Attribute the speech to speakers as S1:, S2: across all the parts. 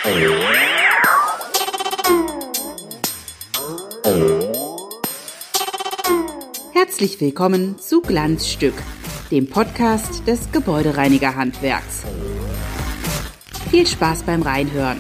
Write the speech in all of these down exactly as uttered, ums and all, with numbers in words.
S1: Herzlich willkommen zu Glanzstück, dem Podcast des Gebäudereinigerhandwerks. Viel Spaß beim Reinhören.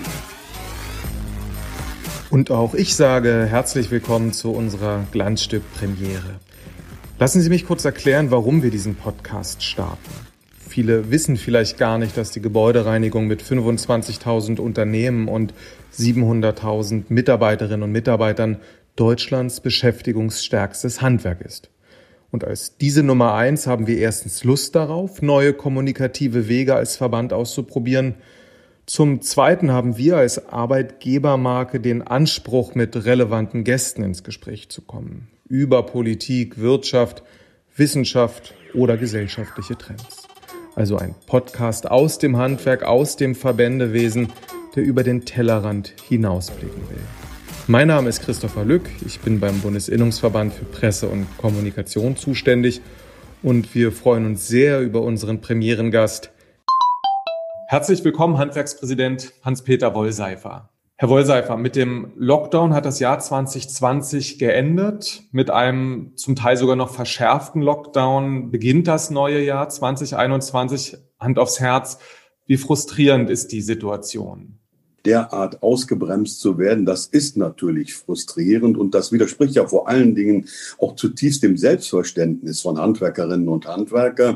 S2: Und auch ich sage herzlich willkommen zu unserer Glanzstück-Premiere. Lassen Sie mich kurz erklären, warum wir diesen Podcast starten. Viele wissen vielleicht gar nicht, dass die Gebäudereinigung mit fünfundzwanzigtausend Unternehmen und siebenhunderttausend Mitarbeiterinnen und Mitarbeitern Deutschlands beschäftigungsstärkstes Handwerk ist. Und als diese Nummer eins haben wir erstens Lust darauf, neue kommunikative Wege als Verband auszuprobieren. Zum Zweiten haben wir als Arbeitgebermarke den Anspruch, mit relevanten Gästen ins Gespräch zu kommen. Über Politik, Wirtschaft, Wissenschaft oder gesellschaftliche Trends. Also ein Podcast aus dem Handwerk, aus dem Verbändewesen, der über den Tellerrand hinausblicken will. Mein Name ist Christopher Lück, ich bin beim Bundesinnungsverband für Presse und Kommunikation zuständig und wir freuen uns sehr über unseren Premierengast.
S3: Herzlich willkommen, Handwerkspräsident Hans-Peter Wollseifer. Herr Wollseifer, mit dem Lockdown hat das Jahr zwanzig zwanzig geendet. Mit einem zum Teil sogar noch verschärften Lockdown beginnt das neue Jahr zwanzig einundzwanzig. Hand aufs Herz, wie frustrierend ist die Situation?
S4: Derart ausgebremst zu werden, das ist natürlich frustrierend und das widerspricht ja vor allen Dingen auch zutiefst dem Selbstverständnis von Handwerkerinnen und Handwerkern.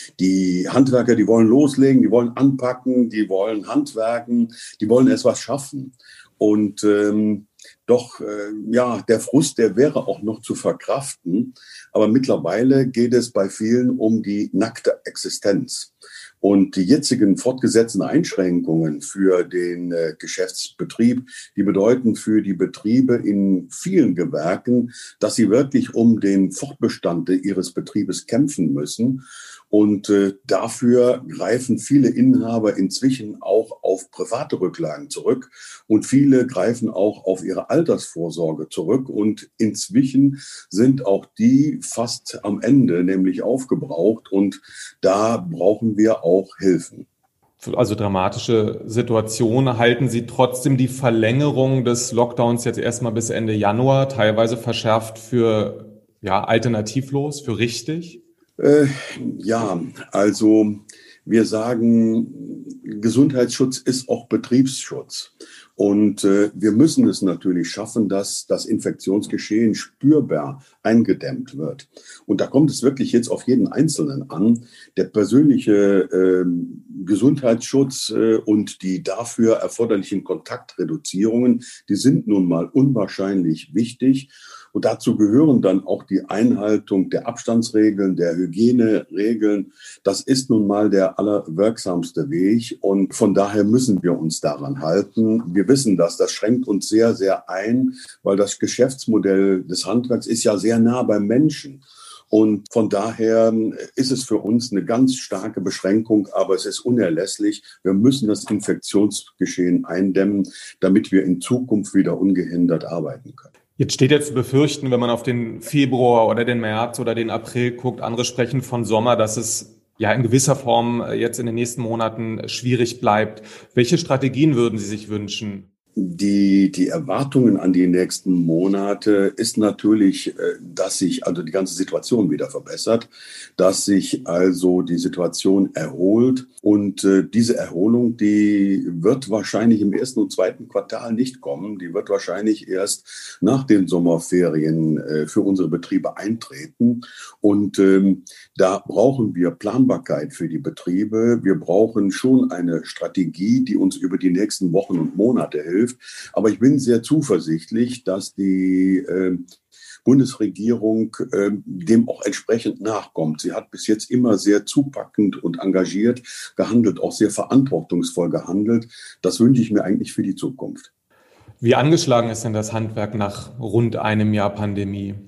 S4: Die Handwerker, die wollen loslegen, die wollen anpacken, die wollen handwerken, die wollen etwas schaffen. Und ähm, doch, äh, ja, der Frust, der wäre auch noch zu verkraften. Aber mittlerweile geht es bei vielen um die nackte Existenz. Und die jetzigen fortgesetzten Einschränkungen für den äh, Geschäftsbetrieb, die bedeuten für die Betriebe in vielen Gewerken, dass sie wirklich um den Fortbestand ihres Betriebes kämpfen müssen. Und äh, dafür greifen viele Inhaber inzwischen auch auf private Rücklagen zurück. Und viele greifen auch auf ihre Altersvorsorge zurück. Und inzwischen sind auch die fast am Ende, nämlich aufgebraucht. Und da brauchen wir auch Hilfen.
S3: Also dramatische Situation. Halten Sie trotzdem die Verlängerung des Lockdowns jetzt erstmal bis Ende Januar, teilweise verschärft, für ja, alternativlos, für richtig?
S4: Äh, ja, also wir sagen, Gesundheitsschutz ist auch Betriebsschutz. Und äh, wir müssen es natürlich schaffen, dass das Infektionsgeschehen spürbar eingedämmt wird. Und da kommt es wirklich jetzt auf jeden Einzelnen an. Der persönliche äh, Gesundheitsschutz äh, und die dafür erforderlichen Kontaktreduzierungen, die sind nun mal unwahrscheinlich wichtig. Und dazu gehören dann auch die Einhaltung der Abstandsregeln, der Hygieneregeln. Das ist nun mal der allerwirksamste Weg. Und von daher müssen wir uns daran halten. Wir wissen das, das schränkt uns sehr, sehr ein, weil das Geschäftsmodell des Handwerks ist ja sehr nah beim Menschen. Und von daher ist es für uns eine ganz starke Beschränkung, aber es ist unerlässlich. Wir müssen das Infektionsgeschehen eindämmen, damit wir in Zukunft wieder ungehindert arbeiten können.
S3: Jetzt steht ja zu befürchten, wenn man auf den Februar oder den März oder den April guckt, andere sprechen von Sommer, dass es ja in gewisser Form jetzt in den nächsten Monaten schwierig bleibt. Welche Strategien würden Sie sich wünschen?
S4: Die, die Erwartungen an die nächsten Monate ist natürlich, dass sich also die ganze Situation wieder verbessert, dass sich also die Situation erholt. Und äh, diese Erholung, die wird wahrscheinlich im ersten und zweiten Quartal nicht kommen. Die wird wahrscheinlich erst nach den Sommerferien äh, für unsere Betriebe eintreten. Und ähm, da brauchen wir Planbarkeit für die Betriebe. Wir brauchen schon eine Strategie, die uns über die nächsten Wochen und Monate hilft. Aber ich bin sehr zuversichtlich, dass die äh, Bundesregierung äh, dem auch entsprechend nachkommt. Sie hat bis jetzt immer sehr zupackend und engagiert gehandelt, auch sehr verantwortungsvoll gehandelt. Das wünsche ich mir eigentlich für die Zukunft.
S3: Wie angeschlagen ist denn das Handwerk nach rund einem Jahr Pandemie?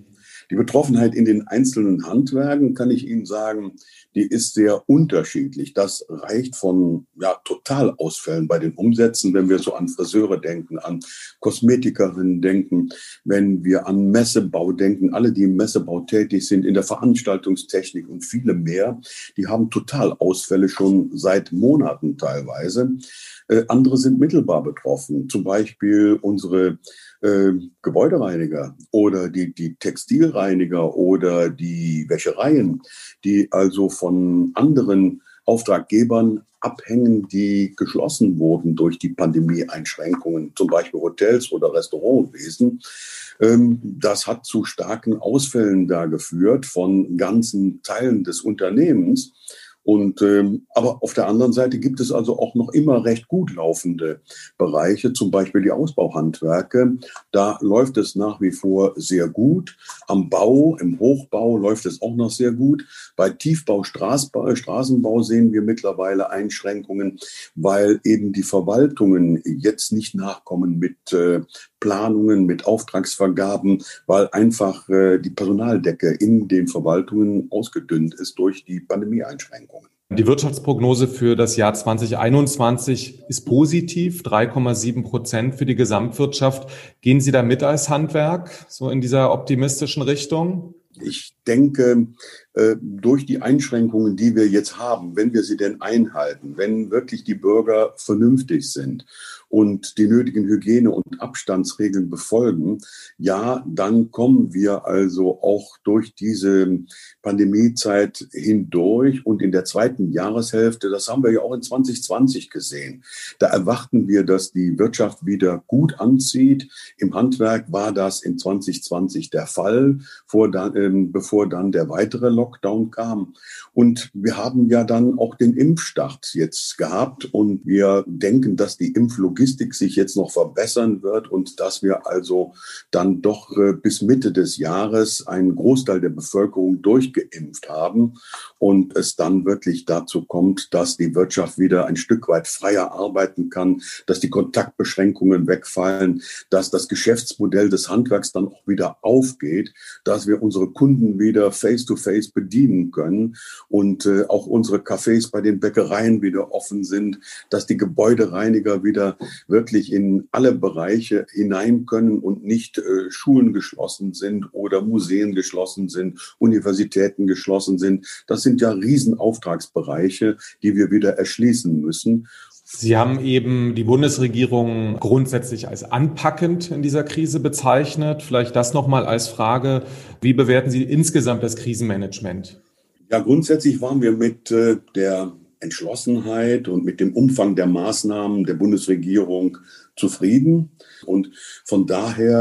S4: Die Betroffenheit in den einzelnen Handwerken, kann ich Ihnen sagen, die ist sehr unterschiedlich. Das reicht von ja, Totalausfällen bei den Umsätzen, wenn wir so an Friseure denken, an Kosmetikerinnen denken, wenn wir an Messebau denken, alle, die im Messebau tätig sind, in der Veranstaltungstechnik und viele mehr, die haben Totalausfälle schon seit Monaten teilweise. Äh, andere sind mittelbar betroffen, zum Beispiel unsere äh, Gebäudereiniger oder die, die Textilreiniger oder die Wäschereien, die also von anderen Auftraggebern abhängen, die geschlossen wurden durch die Pandemie-Einschränkungen, zum Beispiel Hotels oder Restaurantwesen. Ähm, das hat zu starken Ausfällen da geführt von ganzen Teilen des Unternehmens. Und, ähm, aber auf der anderen Seite gibt es also auch noch immer recht gut laufende Bereiche, zum Beispiel die Ausbauhandwerke. Da läuft es nach wie vor sehr gut. Am Bau, im Hochbau läuft es auch noch sehr gut. Bei Tiefbau, Straßbau, Straßenbau sehen wir mittlerweile Einschränkungen, weil eben die Verwaltungen jetzt nicht nachkommen mit äh, Planungen, mit Auftragsvergaben, weil einfach äh, die Personaldecke in den Verwaltungen ausgedünnt ist durch die Pandemie-Einschränkungen.
S3: Die Wirtschaftsprognose für das Jahr zwanzig einundzwanzig ist positiv, drei Komma sieben Prozent für die Gesamtwirtschaft. Gehen Sie da mit als Handwerk, so in dieser optimistischen Richtung?
S4: Ich denke, durch die Einschränkungen, die wir jetzt haben, wenn wir sie denn einhalten, wenn wirklich die Bürger vernünftig sind und die nötigen Hygiene- und Abstandsregeln befolgen, ja, dann kommen wir also auch durch diese Pandemiezeit hindurch. Und in der zweiten Jahreshälfte, das haben wir ja auch in zwanzig zwanzig gesehen, da erwarten wir, dass die Wirtschaft wieder gut anzieht. Im Handwerk war das in zwanzig zwanzig der Fall, vor dann, ähm, bevor dann der weitere Lockdown kam. Und wir haben ja dann auch den Impfstart jetzt gehabt und wir denken, dass die Impflogistik sich jetzt noch verbessern wird und dass wir also dann doch äh, bis Mitte des Jahres einen Großteil der Bevölkerung durchgeimpft haben und es dann wirklich dazu kommt, dass die Wirtschaft wieder ein Stück weit freier arbeiten kann, dass die Kontaktbeschränkungen wegfallen, dass das Geschäftsmodell des Handwerks dann auch wieder aufgeht, dass wir unsere Kunden wieder face-to-face bedienen können und äh, auch unsere Cafés bei den Bäckereien wieder offen sind, dass die Gebäudereiniger wieder wirklich in alle Bereiche hinein können und nicht äh, Schulen geschlossen sind oder Museen geschlossen sind, Universitäten geschlossen sind. Das sind ja Riesenauftragsbereiche, die wir wieder erschließen müssen.
S3: Sie haben eben die Bundesregierung grundsätzlich als anpackend in dieser Krise bezeichnet. Vielleicht das nochmal als Frage. Wie bewerten Sie insgesamt das Krisenmanagement?
S4: Ja, grundsätzlich waren wir mit äh, der Entschlossenheit und mit dem Umfang der Maßnahmen der Bundesregierung zufrieden. Und von daher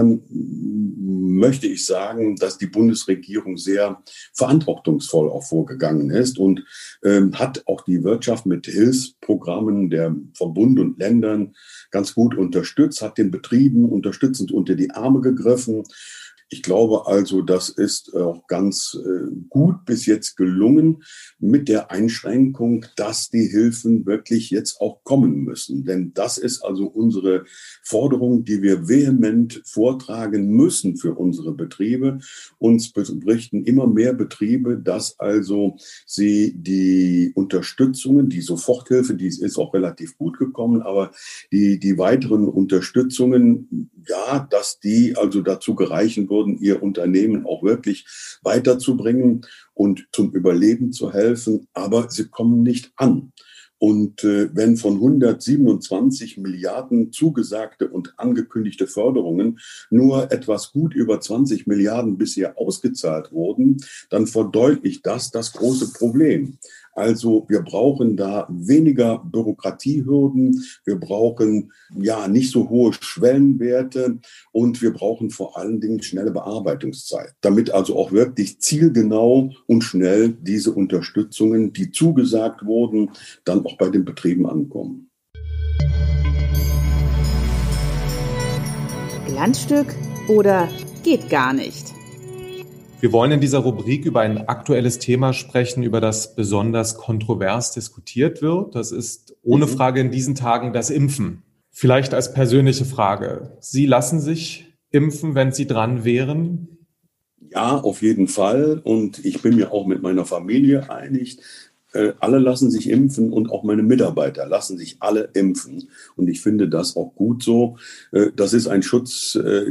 S4: möchte ich sagen, dass die Bundesregierung sehr verantwortungsvoll auch vorgegangen ist und ähm, hat auch die Wirtschaft mit Hilfsprogrammen der von Bund und Ländern ganz gut unterstützt, hat den Betrieben unterstützend unter die Arme gegriffen. Ich glaube also, das ist auch ganz äh, gut bis jetzt gelungen mit der Einschränkung, dass die Hilfen wirklich jetzt auch kommen müssen. Denn das ist also unsere Forderung, die wir vehement vortragen müssen für unsere Betriebe. Uns berichten immer mehr Betriebe, dass also sie die Unterstützungen, die Soforthilfe, die ist auch relativ gut gekommen, aber die, die weiteren Unterstützungen, ja, dass die also dazu gereichen würden, ihr Unternehmen auch wirklich weiterzubringen und zum Überleben zu helfen, aber sie kommen nicht an. Und äh, wenn von hundertsiebenundzwanzig Milliarden zugesagte und angekündigte Förderungen nur etwas gut über zwanzig Milliarden bisher ausgezahlt wurden, dann verdeutlicht das das große Problem. Also wir brauchen da weniger Bürokratiehürden, wir brauchen ja nicht so hohe Schwellenwerte und wir brauchen vor allen Dingen schnelle Bearbeitungszeit, damit also auch wirklich zielgenau und schnell diese Unterstützungen, die zugesagt wurden, dann auch bei den Betrieben ankommen.
S1: Glanzstück oder geht gar nicht?
S3: Wir wollen in dieser Rubrik über ein aktuelles Thema sprechen, über das besonders kontrovers diskutiert wird. Das ist ohne Frage in diesen Tagen das Impfen. Vielleicht als persönliche Frage. Sie lassen sich impfen, wenn Sie dran wären?
S4: Ja, auf jeden Fall. Und ich bin mir auch mit meiner Familie einig. Äh, alle lassen sich impfen und auch meine Mitarbeiter lassen sich alle impfen. Und ich finde das auch gut so. Äh, das ist ein Schutz äh,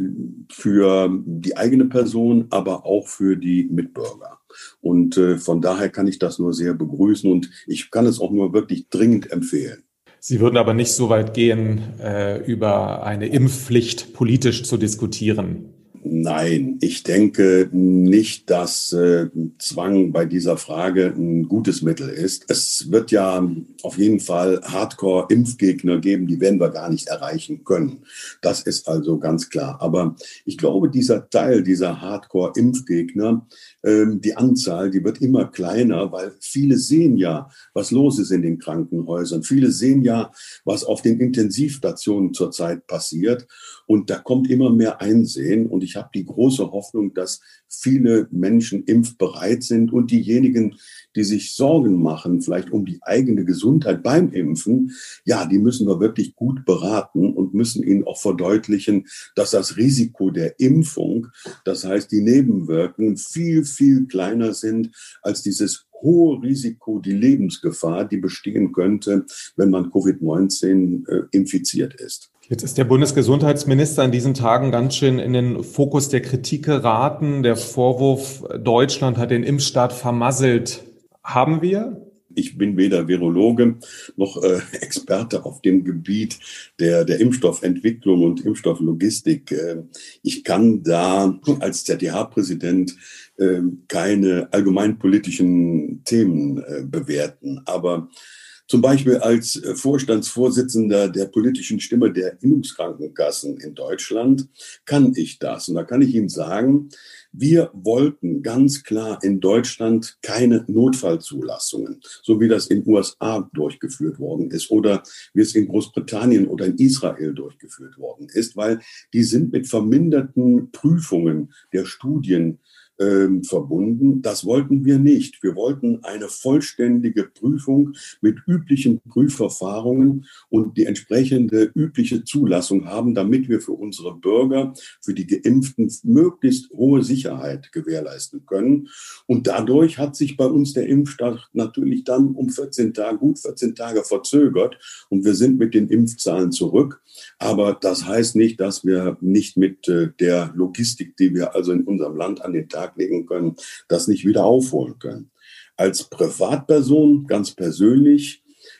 S4: für die eigene Person, aber auch für die Mitbürger. Und äh, von daher kann ich das nur sehr begrüßen und ich kann es auch nur wirklich dringend empfehlen.
S3: Sie würden aber nicht so weit gehen, äh, über eine Impfpflicht politisch zu diskutieren.
S4: Nein, ich denke nicht, dass äh, Zwang bei dieser Frage ein gutes Mittel ist. Es wird ja auf jeden Fall Hardcore-Impfgegner geben, die werden wir gar nicht erreichen können. Das ist also ganz klar. Aber ich glaube, dieser Teil dieser Hardcore-Impfgegner, ähm, die Anzahl, die wird immer kleiner, weil viele sehen ja, was los ist in den Krankenhäusern. Viele sehen ja, was auf den Intensivstationen zurzeit passiert. Und da kommt immer mehr Einsehen. Und ich habe die große Hoffnung, dass viele Menschen impfbereit sind und diejenigen, die sich Sorgen machen, vielleicht um die eigene Gesundheit beim Impfen, ja, die müssen wir wirklich gut beraten und müssen ihnen auch verdeutlichen, dass das Risiko der Impfung, das heißt die Nebenwirkungen, viel, viel kleiner sind als dieses hohe Risiko, die Lebensgefahr, die bestehen könnte, wenn man Covid neunzehn äh, infiziert ist.
S3: Jetzt ist der Bundesgesundheitsminister in diesen Tagen ganz schön in den Fokus der Kritik geraten. Der Vorwurf, Deutschland hat den Impfstart vermasselt. Haben wir?
S4: Ich bin weder Virologe noch äh, Experte auf dem Gebiet der, der Impfstoffentwicklung und Impfstofflogistik. Äh, ich kann da als Z D H-Präsident äh, keine allgemeinpolitischen Themen äh, bewerten. Aber zum Beispiel als Vorstandsvorsitzender der politischen Stimme der Innungskrankenkassen in Deutschland kann ich das. Und da kann ich Ihnen sagen, wir wollten ganz klar in Deutschland keine Notfallzulassungen, so wie das in den U S A durchgeführt worden ist oder wie es in Großbritannien oder in Israel durchgeführt worden ist, weil die sind mit verminderten Prüfungen der Studien Ähm, verbunden. Das wollten wir nicht. Wir wollten eine vollständige Prüfung mit üblichen Prüfverfahren und die entsprechende übliche Zulassung haben, damit wir für unsere Bürger, für die Geimpften möglichst hohe Sicherheit gewährleisten können. Und dadurch hat sich bei uns der Impfstart natürlich dann um vierzehn Tage, gut vierzehn Tage verzögert und wir sind mit den Impfzahlen zurück. Aber das heißt nicht, dass wir nicht mit äh, der Logistik, die wir also in unserem Land an den Tag legen können, das nicht wieder aufholen können. Als Privatperson, ganz persönlich,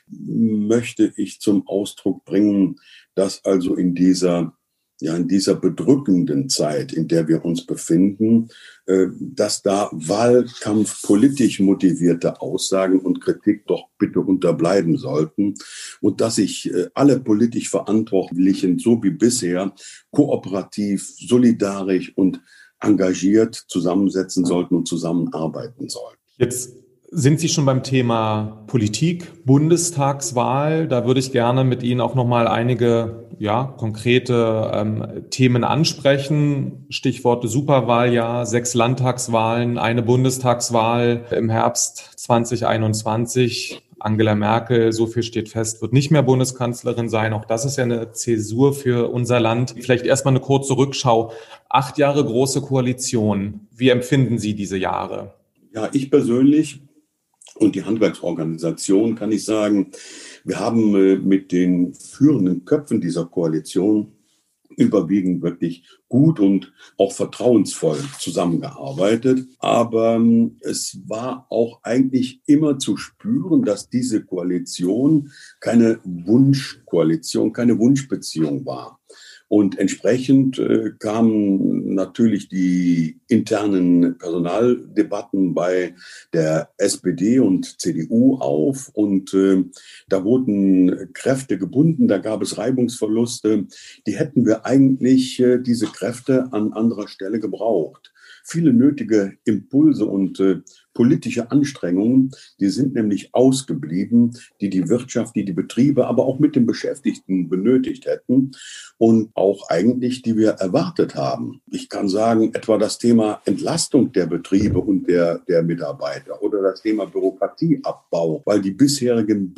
S4: möchte ich zum Ausdruck bringen, dass also in dieser, ja, in dieser bedrückenden Zeit, in der wir uns befinden, äh, dass da Wahlkampf politisch motivierte Aussagen und Kritik doch bitte unterbleiben sollten und dass sich äh, alle politisch Verantwortlichen so wie bisher kooperativ, solidarisch und engagiert zusammensetzen sollten und zusammenarbeiten sollten.
S3: Jetzt sind Sie schon beim Thema Politik, Bundestagswahl. Da würde ich gerne mit Ihnen auch noch mal einige ja, konkrete ähm, Themen ansprechen. Stichworte Superwahljahr, sechs Landtagswahlen, eine Bundestagswahl im Herbst zwanzig einundzwanzig. Angela Merkel, so viel steht fest, wird nicht mehr Bundeskanzlerin sein. Auch das ist ja eine Zäsur für unser Land. Vielleicht erstmal eine kurze Rückschau. Acht Jahre große Koalition. Wie empfinden Sie diese Jahre?
S4: Ja, ich persönlich und die Handwerksorganisation kann ich sagen, wir haben äh, mit den führenden Köpfen dieser Koalition überwiegend wirklich gut und auch vertrauensvoll zusammengearbeitet. Aber ähm, es war auch eigentlich immer zu spüren, dass diese Koalition keine Wunschkoalition, keine Wunschbeziehung war. Und entsprechend äh, kamen natürlich die internen Personaldebatten bei der S P D und C D U auf. Und äh, da wurden Kräfte gebunden, da gab es Reibungsverluste. Die hätten wir eigentlich, äh, diese Kräfte, an anderer Stelle gebraucht. Viele nötige Impulse und äh, politische Anstrengungen, die sind nämlich ausgeblieben, die die Wirtschaft, die die Betriebe, aber auch mit den Beschäftigten benötigt hätten und auch eigentlich, die wir erwartet haben. Ich kann sagen, etwa das Thema Entlastung der Betriebe und der, der Mitarbeiter oder das Thema Bürokratieabbau, weil die bisherigen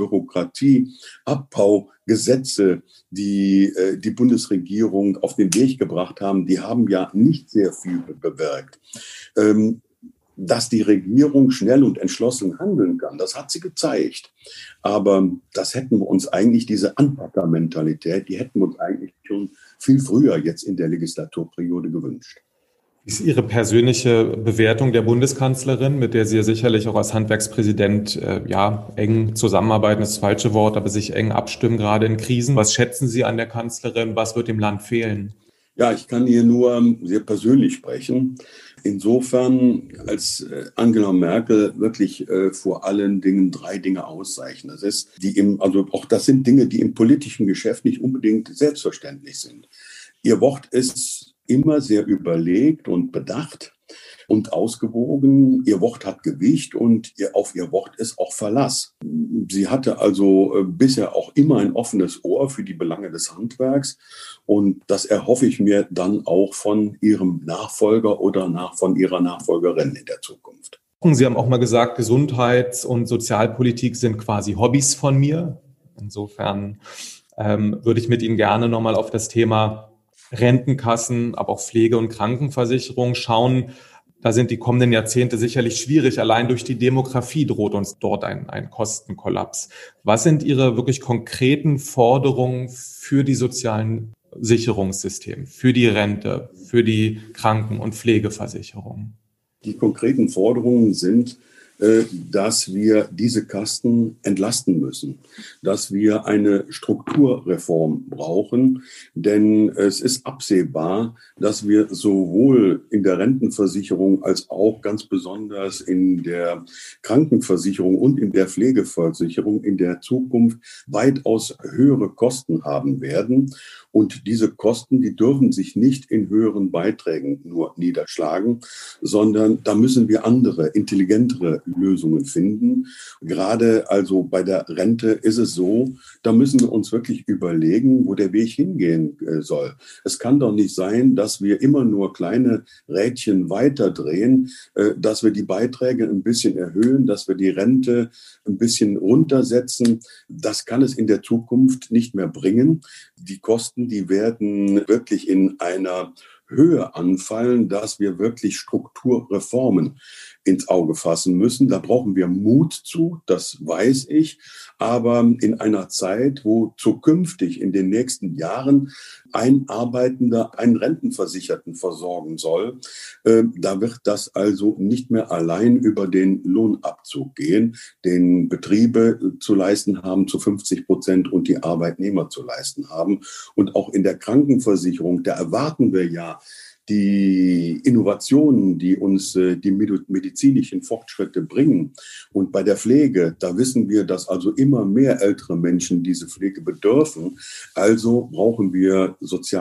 S4: Bürokratieabbaugesetze, die äh, die Bundesregierung auf den Weg gebracht haben, die haben ja nicht sehr viel bewirkt. Ähm, dass die Regierung schnell und entschlossen handeln kann, das hat sie gezeigt. Aber das hätten wir uns eigentlich, diese Anpackermentalität, die hätten wir uns eigentlich schon viel früher jetzt in der Legislaturperiode gewünscht.
S3: Wie ist Ihre persönliche Bewertung der Bundeskanzlerin, mit der Sie ja sicherlich auch als Handwerkspräsident äh, ja eng zusammenarbeiten, ist das falsche Wort, aber sich eng abstimmen, gerade in Krisen? Was schätzen Sie an der Kanzlerin? Was wird dem Land fehlen?
S4: Ja, ich kann hier nur sehr persönlich sprechen. Insofern, als Angela Merkel wirklich äh, vor allen Dingen drei Dinge auszeichnet. Das ist, die im, also auch das sind Dinge, die im politischen Geschäft nicht unbedingt selbstverständlich sind. Ihr Wort ist immer sehr überlegt und bedacht und ausgewogen. Ihr Wort hat Gewicht und ihr, auf ihr Wort ist auch Verlass. Sie hatte also äh, bisher auch immer ein offenes Ohr für die Belange des Handwerks und das erhoffe ich mir dann auch von ihrem Nachfolger oder nach, von ihrer Nachfolgerin in der Zukunft.
S3: Sie haben auch mal gesagt, Gesundheits- und Sozialpolitik sind quasi Hobbys von mir. Insofern ähm, würde ich mit Ihnen gerne nochmal auf das Thema Rentenkassen, aber auch Pflege- und Krankenversicherung schauen. Da sind die kommenden Jahrzehnte sicherlich schwierig. Allein durch die Demografie droht uns dort ein, ein Kostenkollaps. Was sind Ihre wirklich konkreten Forderungen für die sozialen Sicherungssysteme, für die Rente, für die Kranken- und Pflegeversicherung?
S4: Die konkreten Forderungen sind, dass wir diese Kasten entlasten müssen, dass wir eine Strukturreform brauchen, denn es ist absehbar, dass wir sowohl in der Rentenversicherung als auch ganz besonders in der Krankenversicherung und in der Pflegeversicherung in der Zukunft weitaus höhere Kosten haben werden. Und diese Kosten, die dürfen sich nicht in höheren Beiträgen nur niederschlagen, sondern da müssen wir andere, intelligentere Lösungen finden. Gerade also bei der Rente ist es so, da müssen wir uns wirklich überlegen, wo der Weg hingehen soll. Es kann doch nicht sein, dass wir immer nur kleine Rädchen weiterdrehen, dass wir die Beiträge ein bisschen erhöhen, dass wir die Rente ein bisschen runtersetzen. Das kann es in der Zukunft nicht mehr bringen. Die Kosten, die werden wirklich in einer Höhe anfallen, dass wir wirklich Strukturreformen ins Auge fassen müssen. Da brauchen wir Mut zu, das weiß ich. Aber in einer Zeit, wo zukünftig in den nächsten Jahren ein Arbeitender einen Rentenversicherten versorgen soll, äh, da wird das also nicht mehr allein über den Lohnabzug gehen, den Betriebe zu leisten haben zu fünfzig Prozent und die Arbeitnehmer zu leisten haben. Und auch in der Krankenversicherung, da erwarten wir ja die Innovationen, die uns äh, die medizinischen Fortschritte bringen. Und bei der Pflege, da wissen wir, dass also immer mehr ältere Menschen diese Pflege bedürfen. Also brauchen wir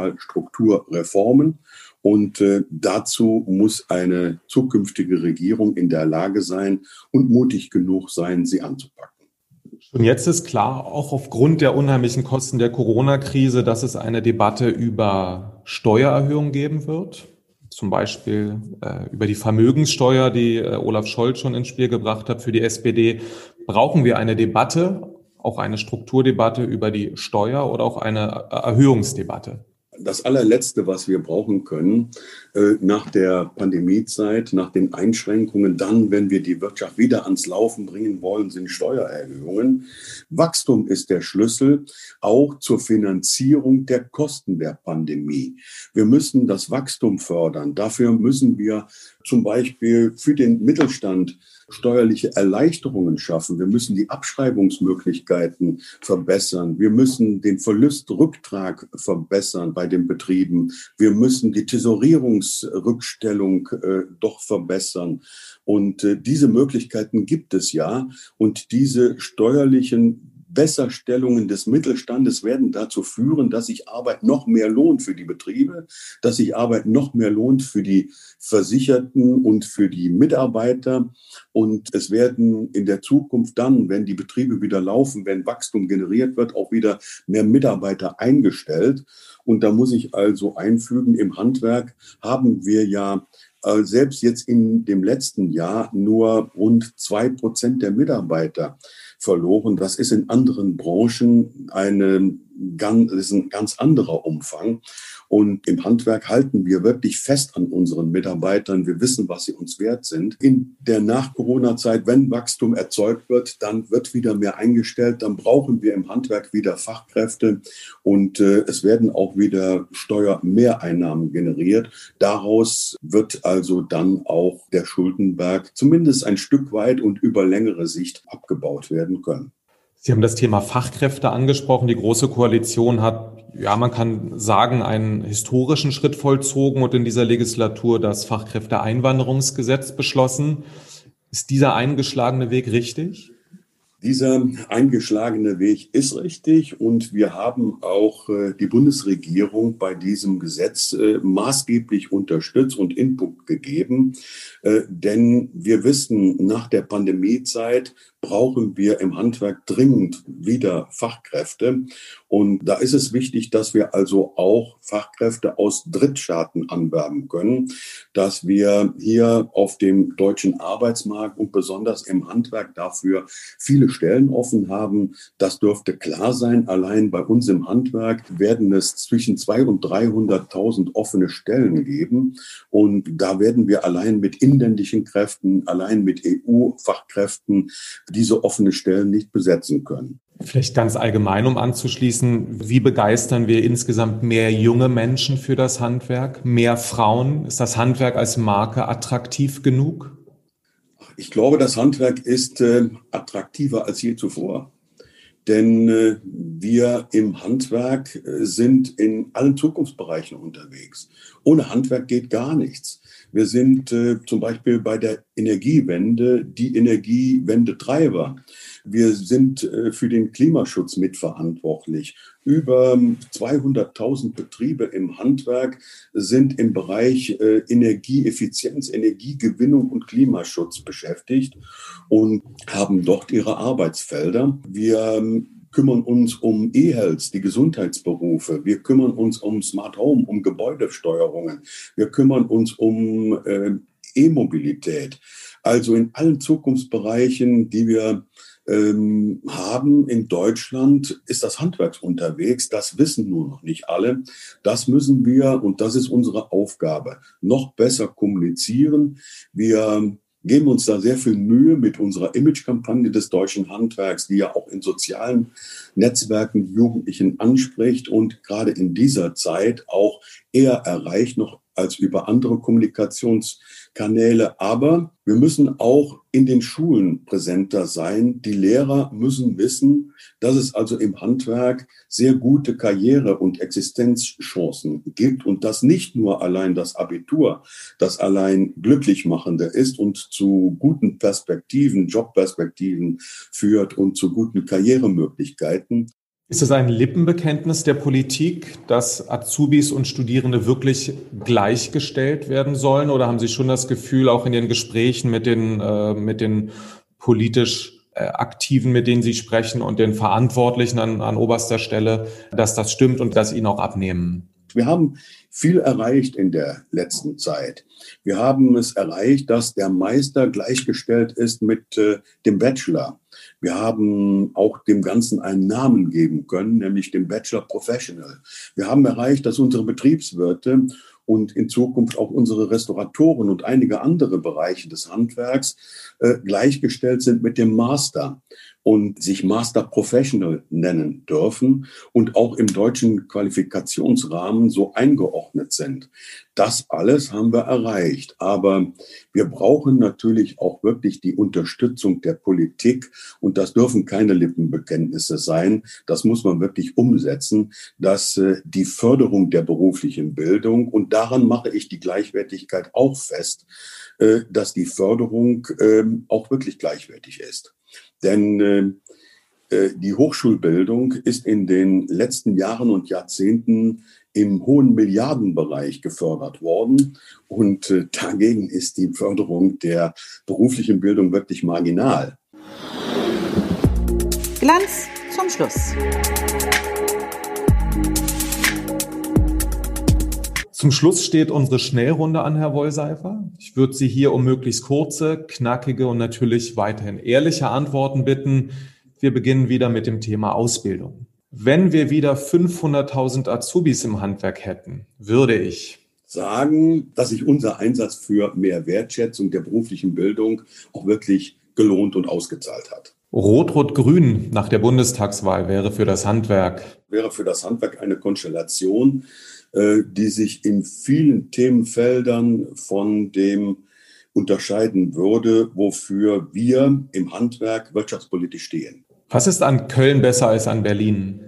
S4: Sozialstrukturreformen. Und äh, dazu muss eine zukünftige Regierung in der Lage sein und mutig genug sein, sie anzupacken.
S3: Schon jetzt ist klar, auch aufgrund der unheimlichen Kosten der Corona-Krise, dass es eine Debatte über Steuererhöhungen geben wird. Zum Beispiel äh, über die Vermögenssteuer, die äh, Olaf Scholz schon ins Spiel gebracht hat für die S P D. Brauchen wir eine Debatte, auch eine Strukturdebatte über die Steuer oder auch eine Erhöhungsdebatte?
S4: Das allerletzte, was wir brauchen können, äh, nach der Pandemiezeit, nach den Einschränkungen, dann, wenn wir die Wirtschaft wieder ans Laufen bringen wollen, sind Steuererhöhungen. Wachstum ist der Schlüssel auch zur Finanzierung der Kosten der Pandemie. Wir müssen das Wachstum fördern. Dafür müssen wir zum Beispiel für den Mittelstand steuerliche Erleichterungen schaffen. Wir müssen die Abschreibungsmöglichkeiten verbessern. Wir müssen den Verlustrücktrag verbessern bei den Betrieben. Wir müssen die Tesorierungsrückstellung äh, doch verbessern. Und äh, diese Möglichkeiten gibt es ja. Und diese steuerlichen Besserstellungen des Mittelstandes werden dazu führen, dass sich Arbeit noch mehr lohnt für die Betriebe, dass sich Arbeit noch mehr lohnt für die Versicherten und für die Mitarbeiter. Und es werden in der Zukunft dann, wenn die Betriebe wieder laufen, wenn Wachstum generiert wird, auch wieder mehr Mitarbeiter eingestellt. Und da muss ich also einfügen, im Handwerk haben wir ja äh, selbst jetzt in dem letzten Jahr nur rund zwei Prozent der Mitarbeiter verloren. Das ist in anderen Branchen eine ganz, das ist ein ganz anderer Umfang. Und im Handwerk halten wir wirklich fest an unseren Mitarbeitern. Wir wissen, was sie uns wert sind. In der Nach-Corona-Zeit, wenn Wachstum erzeugt wird, dann wird wieder mehr eingestellt. Dann brauchen wir im Handwerk wieder Fachkräfte und äh, es werden auch wieder Steuermehreinnahmen generiert. Daraus wird also dann auch der Schuldenberg zumindest ein Stück weit und über längere Sicht abgebaut werden können.
S3: Sie haben das Thema Fachkräfte angesprochen. Die Große Koalition hat, ja, man kann sagen, einen historischen Schritt vollzogen und in dieser Legislatur das Fachkräfteeinwanderungsgesetz beschlossen. Ist dieser eingeschlagene Weg richtig?
S4: Dieser eingeschlagene Weg ist richtig und wir haben auch äh, die Bundesregierung bei diesem Gesetz äh, maßgeblich unterstützt und Input gegeben. Äh, denn wir wissen, nach der Pandemiezeit brauchen wir im Handwerk dringend wieder Fachkräfte. Und da ist es wichtig, dass wir also auch Fachkräfte aus Drittstaaten anwerben können, dass wir hier auf dem deutschen Arbeitsmarkt und besonders im Handwerk dafür viele Stellen offen haben. Das dürfte klar sein. Allein bei uns im Handwerk werden es zwischen zweihunderttausend und dreihunderttausend offene Stellen geben. Und da werden wir allein mit inländischen Kräften, allein mit E U-Fachkräften diese offene Stellen nicht besetzen können.
S3: Vielleicht ganz allgemein, um anzuschließen, wie begeistern wir insgesamt mehr junge Menschen für das Handwerk, mehr Frauen? Ist das Handwerk als Marke attraktiv genug?
S4: Ich glaube, das Handwerk ist äh, attraktiver als je zuvor. Denn äh, wir im Handwerk äh, sind in allen Zukunftsbereichen unterwegs. Ohne Handwerk geht gar nichts. Wir sind äh, zum Beispiel bei der Energiewende die Energiewendetreiber. Wir sind äh, für den Klimaschutz mitverantwortlich. Über zweihunderttausend Betriebe im Handwerk sind im Bereich äh, Energieeffizienz, Energiegewinnung und Klimaschutz beschäftigt und haben dort ihre Arbeitsfelder. Wir kümmern uns um E-Health, die Gesundheitsberufe. Wir kümmern uns um Smart Home, um Gebäudesteuerungen. Wir kümmern uns um äh, E-Mobilität. Also in allen Zukunftsbereichen, die wir ähm, haben in Deutschland, ist das Handwerk unterwegs. Das wissen nur noch nicht alle. Das müssen wir, und das ist unsere Aufgabe, noch besser kommunizieren. Wir geben uns da sehr viel Mühe mit unserer Imagekampagne des deutschen Handwerks, die ja auch in sozialen Netzwerken die Jugendlichen anspricht und gerade in dieser Zeit auch eher erreicht noch als über andere Kommunikationskanäle. Aber wir müssen auch in den Schulen präsenter sein. Die Lehrer müssen wissen, dass es also im Handwerk sehr gute Karriere- und Existenzchancen gibt und dass nicht nur allein das Abitur das allein Glücklichmachende ist und zu guten Perspektiven, Jobperspektiven führt und zu guten Karrieremöglichkeiten.
S3: Ist es ein Lippenbekenntnis der Politik, dass Azubis und Studierende wirklich gleichgestellt werden sollen? Oder haben Sie schon das Gefühl, auch in den Gesprächen mit den, äh, mit den politisch äh, Aktiven, mit denen Sie sprechen und den Verantwortlichen an, an oberster Stelle, dass das stimmt und dass Ihnen auch abnehmen?
S4: Wir haben viel erreicht in der letzten Zeit. Wir haben es erreicht, dass der Meister gleichgestellt ist mit äh, dem Bachelor. Wir haben auch dem Ganzen einen Namen geben können, nämlich dem Bachelor Professional. Wir haben erreicht, dass unsere Betriebswirte und in Zukunft auch unsere Restauratoren und einige andere Bereiche des Handwerks äh, gleichgestellt sind mit dem Master und sich Master Professional nennen dürfen und auch im deutschen Qualifikationsrahmen so eingeordnet sind. Das alles haben wir erreicht. Aber wir brauchen natürlich auch wirklich die Unterstützung der Politik. Und das dürfen keine Lippenbekenntnisse sein. Das muss man wirklich umsetzen, dass äh, die Förderung der beruflichen Bildung, und daran mache ich die Gleichwertigkeit auch fest, äh, dass die Förderung äh, auch wirklich gleichwertig ist. Denn äh, Die Hochschulbildung ist in den letzten Jahren und Jahrzehnten im hohen Milliardenbereich gefördert worden. Und dagegen ist die Förderung der beruflichen Bildung wirklich marginal.
S1: Glanz zum Schluss.
S3: Zum Schluss steht unsere Schnellrunde an, Herr Wollseifer. Ich würde Sie hier um möglichst kurze, knackige und natürlich weiterhin ehrliche Antworten bitten. Wir beginnen wieder mit dem Thema Ausbildung. Wenn wir wieder fünfhunderttausend Azubis im Handwerk hätten, würde ich
S4: sagen, dass sich unser Einsatz für mehr Wertschätzung der beruflichen Bildung auch wirklich gelohnt und ausgezahlt hat.
S3: Rot-Rot-Grün nach der Bundestagswahl wäre für das Handwerk.
S4: Wäre für das Handwerk eine Konstellation, die sich in vielen Themenfeldern von dem unterscheiden würde, wofür wir im Handwerk wirtschaftspolitisch stehen.
S3: Was ist an Köln besser als an Berlin?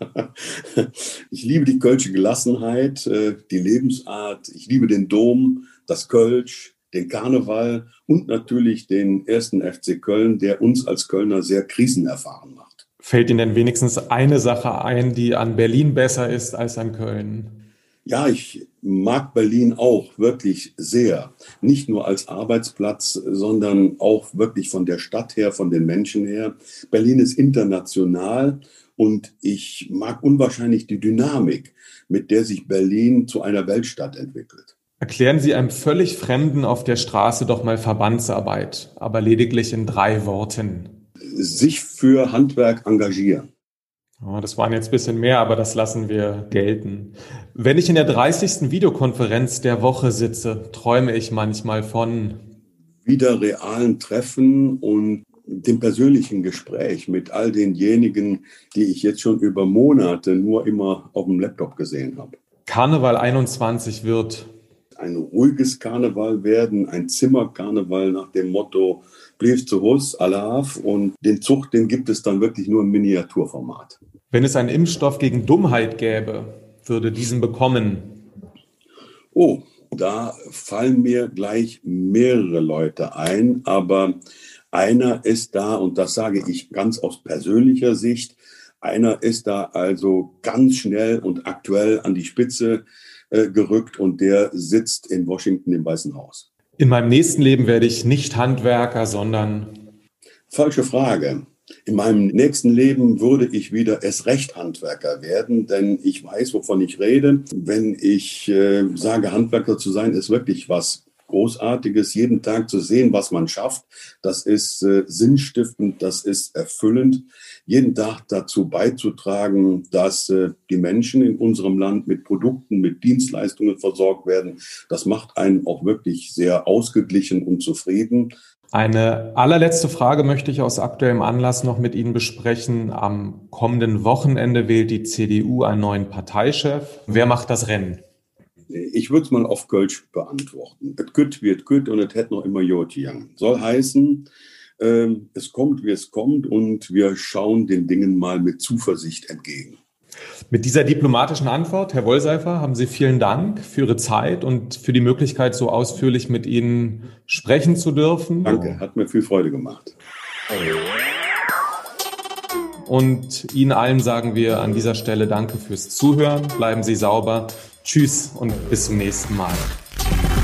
S4: Ich liebe die kölsche Gelassenheit, die Lebensart. Ich liebe den Dom, das Kölsch, den Karneval und natürlich den ersten F C Köln, der uns als Kölner sehr krisenerfahren macht.
S3: Fällt Ihnen denn wenigstens eine Sache ein, die an Berlin besser ist als an Köln?
S4: Ja, ich mag Berlin auch wirklich sehr. Nicht nur als Arbeitsplatz, sondern auch wirklich von der Stadt her, von den Menschen her. Berlin ist international und ich mag unwahrscheinlich die Dynamik, mit der sich Berlin zu einer Weltstadt entwickelt.
S3: Erklären Sie einem völlig Fremden auf der Straße doch mal Verbandsarbeit, aber lediglich in drei Worten.
S4: Sich für Handwerk engagieren.
S3: Oh, das waren jetzt ein bisschen mehr, aber das lassen wir gelten. Wenn ich in der dreißigsten Videokonferenz der Woche sitze, träume ich manchmal von
S4: wieder realen Treffen und dem persönlichen Gespräch mit all denjenigen, die ich jetzt schon über Monate nur immer auf dem Laptop gesehen habe.
S3: Karneval einundzwanzig wird
S4: ein ruhiges Karneval werden, ein Zimmerkarneval nach dem Motto Blief zu Hus, Alaf, und den Zug, den gibt es dann wirklich nur im Miniaturformat.
S3: Wenn es einen Impfstoff gegen Dummheit gäbe, würde diesen bekommen.
S4: Oh, da fallen mir gleich mehrere Leute ein, aber einer ist da, und das sage ich ganz aus persönlicher Sicht, einer ist da also ganz schnell und aktuell an die Spitze äh, gerückt und der sitzt in Washington im Weißen Haus.
S3: In meinem nächsten Leben werde ich nicht Handwerker, sondern...
S4: Falsche Frage. In meinem nächsten Leben würde ich wieder erst recht Handwerker werden, denn ich weiß, wovon ich rede. Wenn ich äh, sage, Handwerker zu sein, ist wirklich was Großartiges, jeden Tag zu sehen, was man schafft. Das ist äh, sinnstiftend, das ist erfüllend. Jeden Tag dazu beizutragen, dass äh, die Menschen in unserem Land mit Produkten, mit Dienstleistungen versorgt werden. Das macht einen auch wirklich sehr ausgeglichen und zufrieden.
S3: Eine allerletzte Frage möchte ich aus aktuellem Anlass noch mit Ihnen besprechen. Am kommenden Wochenende wählt die C D U einen neuen Parteichef. Wer macht das Rennen?
S4: Ich würde es mal auf Kölsch beantworten. Et güt wird güt und es hätte noch immer Jod gegangen. Soll heißen, äh, es kommt, wie es kommt, und wir schauen den Dingen mal mit Zuversicht entgegen.
S3: Mit dieser diplomatischen Antwort, Herr Wollseifer, haben Sie vielen Dank für Ihre Zeit und für die Möglichkeit, so ausführlich mit Ihnen sprechen zu dürfen.
S4: Danke, hat mir viel Freude gemacht.
S3: Und Ihnen allen sagen wir an dieser Stelle Danke fürs Zuhören. Bleiben Sie sauber. Tschüss und bis zum nächsten Mal.